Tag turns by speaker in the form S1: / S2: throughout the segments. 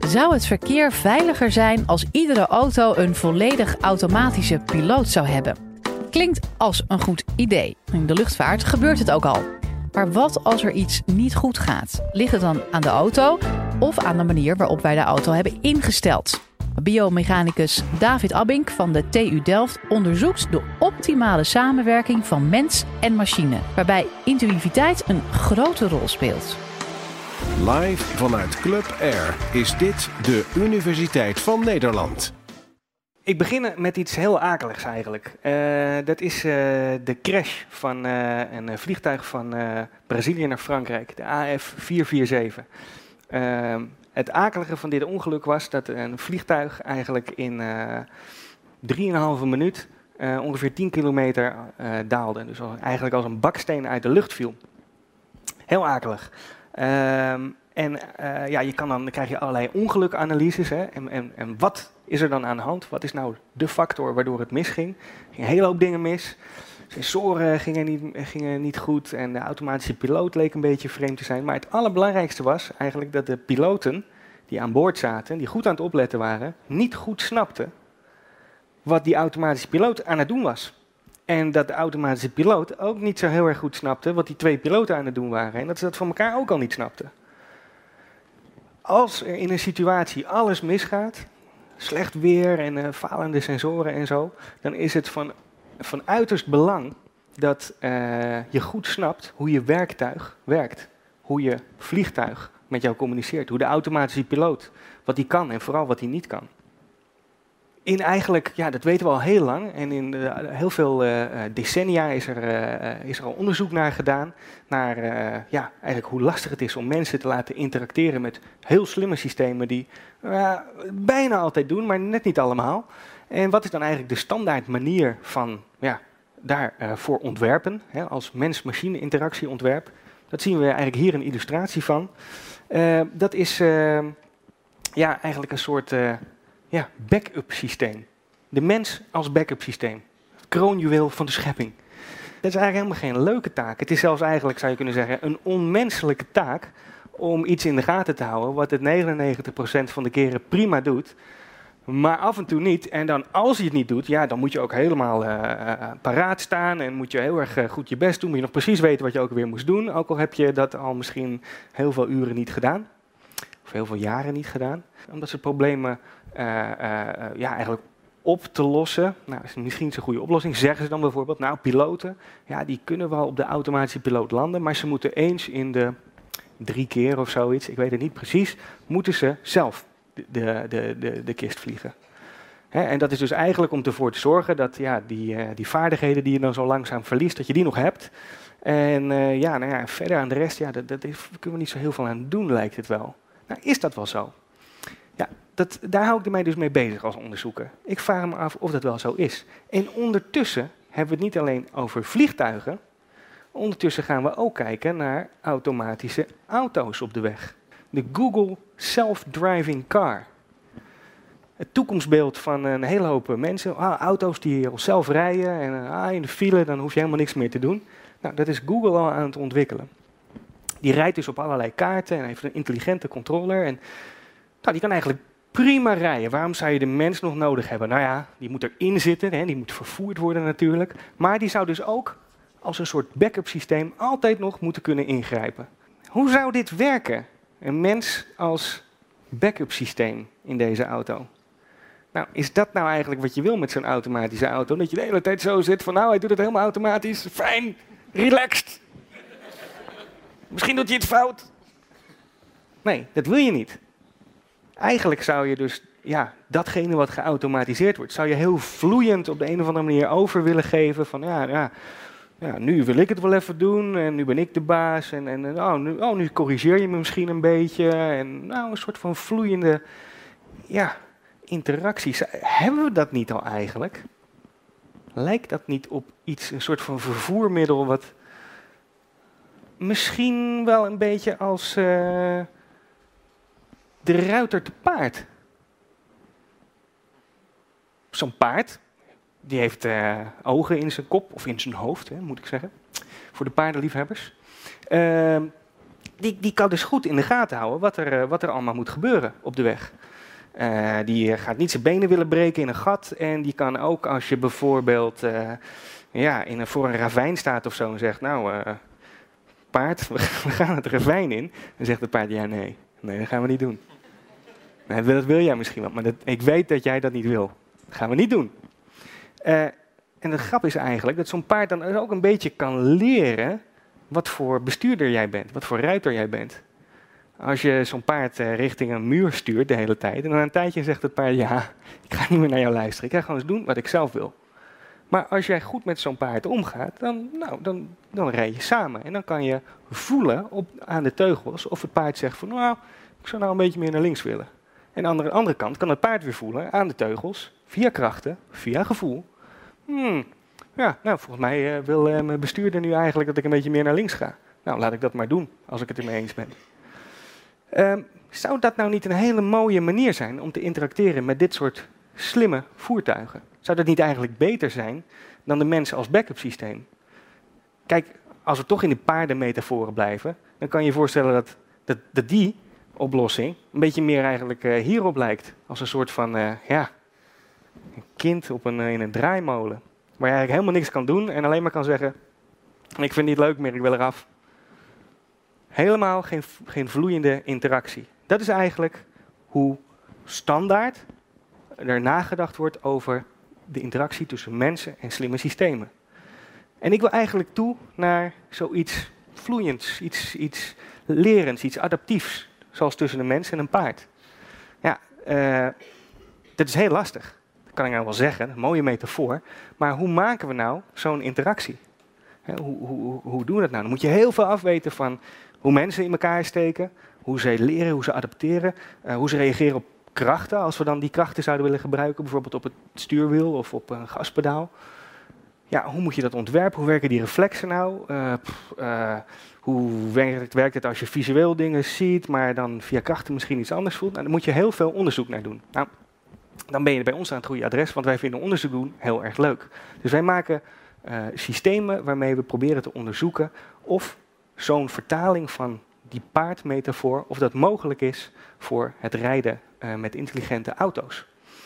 S1: Zou het verkeer veiliger zijn als iedere auto een volledig automatische piloot zou hebben? Klinkt als een goed idee. In de luchtvaart gebeurt het ook al. Maar wat als er iets niet goed gaat? Ligt het dan aan de auto of aan de manier waarop wij de auto hebben ingesteld? Biomechanicus David Abbink van de TU Delft onderzoekt de optimale samenwerking van mens en machine, waarbij intuïtiviteit een grote rol speelt.
S2: Live vanuit Club Air is dit de Universiteit van Nederland.
S3: Ik begin met iets heel akeligs eigenlijk. Dat is de crash van een vliegtuig van Brazilië naar Frankrijk, de AF447. Het akelige van dit ongeluk was dat een vliegtuig eigenlijk in 3,5 minuut ongeveer 10 kilometer daalde. Dus eigenlijk als een baksteen uit de lucht viel. Heel akelig. Dan krijg je allerlei ongelukanalyses. Hè? En wat is er dan aan de hand? Wat is nou de factor waardoor het misging? Er gingen een hele hoop dingen mis. Sensoren gingen niet goed en de automatische piloot leek een beetje vreemd te zijn. Maar het allerbelangrijkste was eigenlijk dat de piloten die aan boord zaten, die goed aan het opletten waren, niet goed snapten wat die automatische piloot aan het doen was. En dat de automatische piloot ook niet zo heel erg goed snapte wat die twee piloten aan het doen waren. En dat ze dat van elkaar ook al niet snapten. Als er in een situatie alles misgaat, slecht weer en falende sensoren en zo, dan is het van uiterst belang dat je goed snapt hoe je werktuig werkt. Hoe je vliegtuig met jou communiceert. Hoe de automatische piloot, wat die kan en vooral wat hij niet kan. Dat weten we al heel lang. En in heel veel decennia is er al onderzoek naar gedaan. Naar eigenlijk hoe lastig het is om mensen te laten interacteren met heel slimme systemen die bijna altijd doen, maar net niet allemaal. En wat is dan eigenlijk de standaard manier van daarvoor ontwerpen, hè, als mens-machine interactieontwerp? Dat zien we eigenlijk hier een illustratie van. Dat is eigenlijk een soort backup systeem. De mens als backup systeem. Het kroonjuweel van de schepping. Dat is eigenlijk helemaal geen leuke taak. Het is zelfs eigenlijk, zou je kunnen zeggen, een onmenselijke taak om iets in de gaten te houden wat het 99% van de keren prima doet. Maar af en toe niet. En dan als je het niet doet, dan moet je ook helemaal paraat staan en moet je heel erg goed je best doen. Moet je nog precies weten wat je ook weer moest doen. Ook al heb je dat al misschien heel veel uren niet gedaan. Of heel veel jaren niet gedaan. Omdat ze problemen eigenlijk op te lossen. Nou, dat is misschien niet zo'n goede oplossing. Zeggen ze dan bijvoorbeeld, nou piloten, die kunnen wel op de automatische piloot landen. Maar ze moeten eens in de 3 keer of zoiets, ik weet het niet precies, moeten ze zelf de kist vliegen. En dat is dus eigenlijk om ervoor te zorgen dat die vaardigheden die je dan zo langzaam verliest, dat je die nog hebt. En verder aan de rest, daar kunnen we niet zo heel veel aan doen, lijkt het wel. Nou, is dat wel zo? Ja, daar hou ik mij dus mee bezig als onderzoeker. Ik vraag me af of dat wel zo is. En ondertussen hebben we het niet alleen over vliegtuigen. Ondertussen gaan we ook kijken naar automatische auto's op de weg. De Google Self-Driving Car. Het toekomstbeeld van een hele hoop mensen. Auto's die al zelf rijden en in de file, dan hoef je helemaal niks meer te doen. Nou, dat is Google al aan het ontwikkelen. Die rijdt dus op allerlei kaarten en heeft een intelligente controller. En die kan eigenlijk prima rijden. Waarom zou je de mens nog nodig hebben? Nou ja, die moet erin zitten, die moet vervoerd worden natuurlijk. Maar die zou dus ook als een soort backup systeem altijd nog moeten kunnen ingrijpen. Hoe zou dit werken? Een mens als backup systeem in deze auto. Nou, is dat nou eigenlijk wat je wil met zo'n automatische auto? Dat je de hele tijd zo zit van, hij doet het helemaal automatisch. Fijn, relaxed. Misschien doet hij het fout. Nee, dat wil je niet. Eigenlijk zou je dus, datgene wat geautomatiseerd wordt, zou je heel vloeiend op de een of andere manier over willen geven van, nu wil ik het wel even doen en nu ben ik de baas en nu corrigeer je me misschien een beetje. En een soort van vloeiende interactie. Hebben we dat niet al eigenlijk? Lijkt dat niet op iets, een soort van vervoermiddel wat misschien wel een beetje als de ruiter te paard? Zo'n paard, die heeft ogen in zijn kop, of in zijn hoofd, moet ik zeggen, voor de paardenliefhebbers. Die kan dus goed in de gaten houden wat er allemaal moet gebeuren op de weg. Die gaat niet zijn benen willen breken in een gat. En die kan ook als je bijvoorbeeld voor een ravijn staat of zo en zegt, nou, paard, we gaan het ravijn in. Dan zegt het paard, ja nee, dat gaan we niet doen. Nee, dat wil jij misschien wel, maar ik weet dat jij dat niet wil. Dat gaan we niet doen. En de grap is eigenlijk dat zo'n paard dan ook een beetje kan leren wat voor bestuurder jij bent, wat voor ruiter jij bent. Als je zo'n paard richting een muur stuurt de hele tijd en dan een tijdje zegt het paard, ja, ik ga niet meer naar jou luisteren, ik ga gewoon eens doen wat ik zelf wil. Maar als jij goed met zo'n paard omgaat, dan rij je samen. En dan kan je voelen aan de teugels of het paard zegt van, nou, ik zou nou een beetje meer naar links willen. En aan de andere kant kan het paard weer voelen aan de teugels, via krachten, via gevoel. Volgens mij wil mijn bestuurder nu eigenlijk dat ik een beetje meer naar links ga. Nou, laat ik dat maar doen, als ik het ermee eens ben. Zou dat nou niet een hele mooie manier zijn om te interacteren met dit soort slimme voertuigen? Zou dat niet eigenlijk beter zijn dan de mens als backup systeem? Kijk, als we toch in de paardenmetaforen blijven, dan kan je je voorstellen dat die oplossing een beetje meer eigenlijk hierop lijkt. Als een soort van, een kind in een draaimolen. Waar je eigenlijk helemaal niks kan doen en alleen maar kan zeggen, ik vind het niet leuk meer, ik wil eraf. Helemaal geen vloeiende interactie. Dat is eigenlijk hoe standaard er nagedacht wordt over de interactie tussen mensen en slimme systemen. En ik wil eigenlijk toe naar zoiets vloeiends, iets lerends, iets adaptiefs. Zoals tussen een mens en een paard. Ja, dat is heel lastig. Dat kan ik nou wel zeggen, een mooie metafoor. Maar hoe maken we nou zo'n interactie? Hoe doen we dat nou? Dan moet je heel veel afweten van hoe mensen in elkaar steken, hoe ze leren, hoe ze adapteren, hoe ze reageren op krachten, als we dan die krachten zouden willen gebruiken, bijvoorbeeld op het stuurwiel of op een gaspedaal. Ja, hoe moet je dat ontwerpen? Hoe werken die reflexen nou? Hoe werkt het als je visueel dingen ziet, maar dan via krachten misschien iets anders voelt? Nou, daar moet je heel veel onderzoek naar doen. Nou, dan ben je bij ons aan het goede adres, want wij vinden onderzoek doen heel erg leuk. Dus wij maken systemen waarmee we proberen te onderzoeken of zo'n vertaling van die paardmetafoor, of dat mogelijk is voor het rijden met intelligente auto's.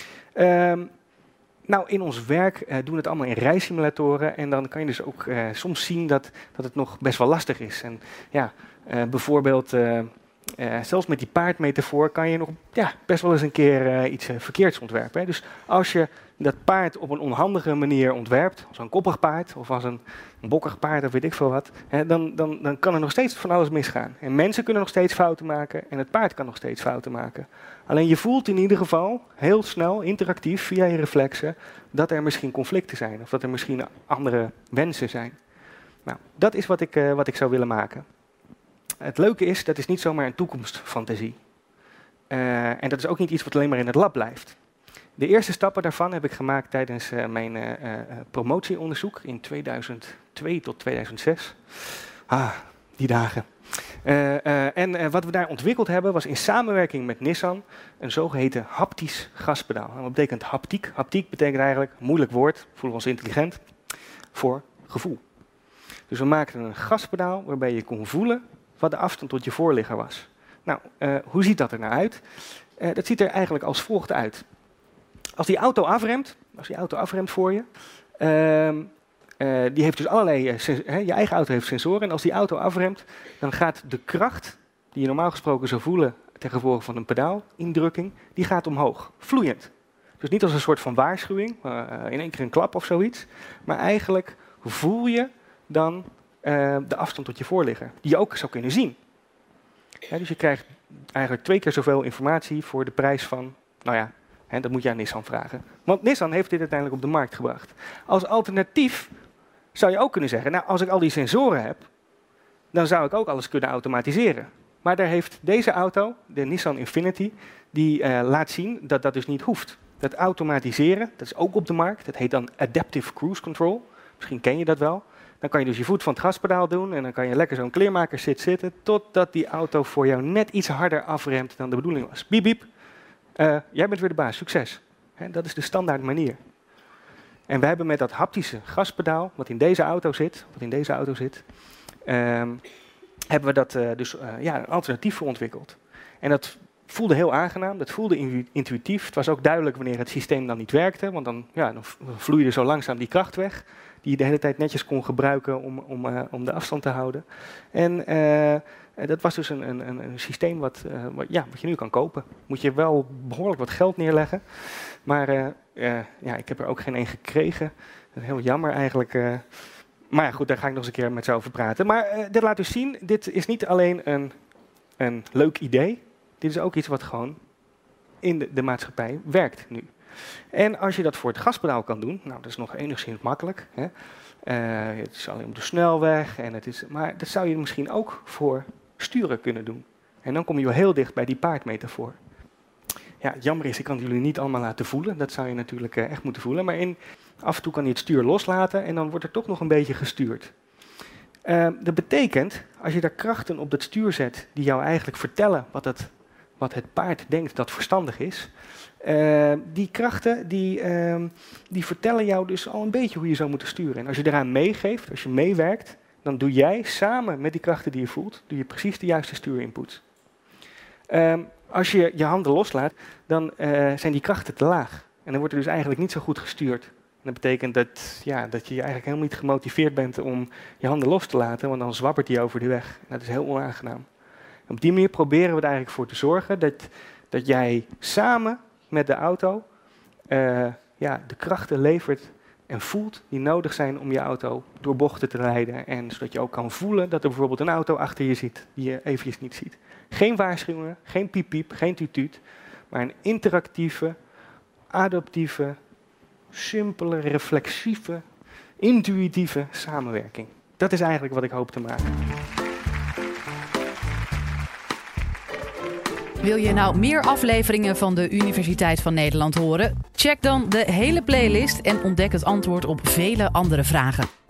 S3: In ons werk doen we het allemaal in rijsimulatoren en dan kan je dus ook soms zien dat het nog best wel lastig is. En ja, bijvoorbeeld, zelfs met die paardmetafoor kan je nog best wel eens een keer iets verkeerds ontwerpen. Hè. Dus als je dat paard op een onhandige manier ontwerpt, als een koppig paard of als een bokkig paard of weet ik veel wat, dan kan er nog steeds van alles misgaan. En mensen kunnen nog steeds fouten maken en het paard kan nog steeds fouten maken. Alleen je voelt in ieder geval heel snel, interactief, via je reflexen, dat er misschien conflicten zijn of dat er misschien andere wensen zijn. Nou, dat is wat ik zou willen maken. Het leuke is, dat is niet zomaar een toekomstfantasie. En dat is ook niet iets wat alleen maar in het lab blijft. De eerste stappen daarvan heb ik gemaakt tijdens mijn promotieonderzoek in 2002 tot 2006. Die dagen. En wat we daar ontwikkeld hebben was in samenwerking met Nissan een zogeheten haptisch gaspedaal. En wat betekent haptiek? Haptiek betekent eigenlijk, moeilijk woord, voelen we ons intelligent, voor gevoel. Dus we maakten een gaspedaal waarbij je kon voelen wat de afstand tot je voorligger was. Nou, hoe ziet dat er nou uit? Dat ziet er eigenlijk als volgt uit. Als die auto afremt voor je, die heeft dus allerlei, je eigen auto heeft sensoren. En als die auto afremt, dan gaat de kracht die je normaal gesproken zou voelen ten gevolge van een pedaalindrukking, die gaat omhoog, vloeiend. Dus niet als een soort van waarschuwing, in één keer een klap of zoiets. Maar eigenlijk voel je dan de afstand tot je voorligger, die je ook zou kunnen zien. Ja, dus je krijgt eigenlijk 2 keer zoveel informatie voor de prijs van, dat moet je aan Nissan vragen. Want Nissan heeft dit uiteindelijk op de markt gebracht. Als alternatief zou je ook kunnen zeggen, als ik al die sensoren heb, dan zou ik ook alles kunnen automatiseren. Maar daar heeft deze auto, de Nissan Infiniti, die laat zien dat dat dus niet hoeft. Dat automatiseren, dat is ook op de markt. Dat heet dan Adaptive Cruise Control. Misschien ken je dat wel. Dan kan je dus je voet van het gaspedaal doen en dan kan je lekker zo'n kleermaker zitten, totdat die auto voor jou net iets harder afremt dan de bedoeling was. Biep, biep. Jij bent weer de baas, succes. Dat is de standaard manier. En we hebben met dat haptische gaspedaal, wat in deze auto zit, hebben we dat een alternatief voor ontwikkeld. En dat voelde heel aangenaam, dat voelde intuïtief. Het was ook duidelijk wanneer het systeem dan niet werkte, want dan vloeide zo langzaam die kracht weg, die je de hele tijd netjes kon gebruiken om de afstand te houden. En dat was dus een systeem wat je nu kan kopen. Moet je wel behoorlijk wat geld neerleggen, maar ik heb er ook geen één gekregen. Dat is heel jammer eigenlijk. Maar ja, goed, daar ga ik nog eens een keer met ze over praten. Maar dit laat dus zien, dit is niet alleen een leuk idee. Dit is ook iets wat gewoon in de maatschappij werkt nu. En als je dat voor het gaspedaal kan doen, nou, dat is nog enigszins makkelijk. Hè? Het is alleen op de snelweg, maar dat zou je misschien ook voor sturen kunnen doen. En dan kom je wel heel dicht bij die paardmetafoor. Ja, het jammer is, ik kan jullie niet allemaal laten voelen. Dat zou je natuurlijk echt moeten voelen. Maar af en toe kan je het stuur loslaten en dan wordt er toch nog een beetje gestuurd. Dat betekent, als je daar krachten op dat stuur zet die jou eigenlijk vertellen wat het paard denkt dat verstandig is. Die krachten die vertellen jou dus al een beetje hoe je zou moeten sturen. En als je eraan meegeeft, als je meewerkt, dan doe jij samen met die krachten die je voelt, doe je precies de juiste stuurinput. Als je je handen loslaat, dan zijn die krachten te laag. En dan wordt er dus eigenlijk niet zo goed gestuurd. En dat betekent dat je eigenlijk helemaal niet gemotiveerd bent om je handen los te laten, want dan zwabbert die over de weg. En dat is heel onaangenaam. En op die manier proberen we er eigenlijk voor te zorgen dat jij samen met de auto de krachten levert en voelt die nodig zijn om je auto door bochten te rijden. En zodat je ook kan voelen dat er bijvoorbeeld een auto achter je zit die je eventjes niet ziet. Geen waarschuwingen, geen piep-piep, geen tuut-tuut, maar een interactieve, adaptieve, simpele, reflexieve, intuïtieve samenwerking. Dat is eigenlijk wat ik hoop te maken.
S1: Wil je nou meer afleveringen van de Universiteit van Nederland horen? Check dan de hele playlist en ontdek het antwoord op vele andere vragen.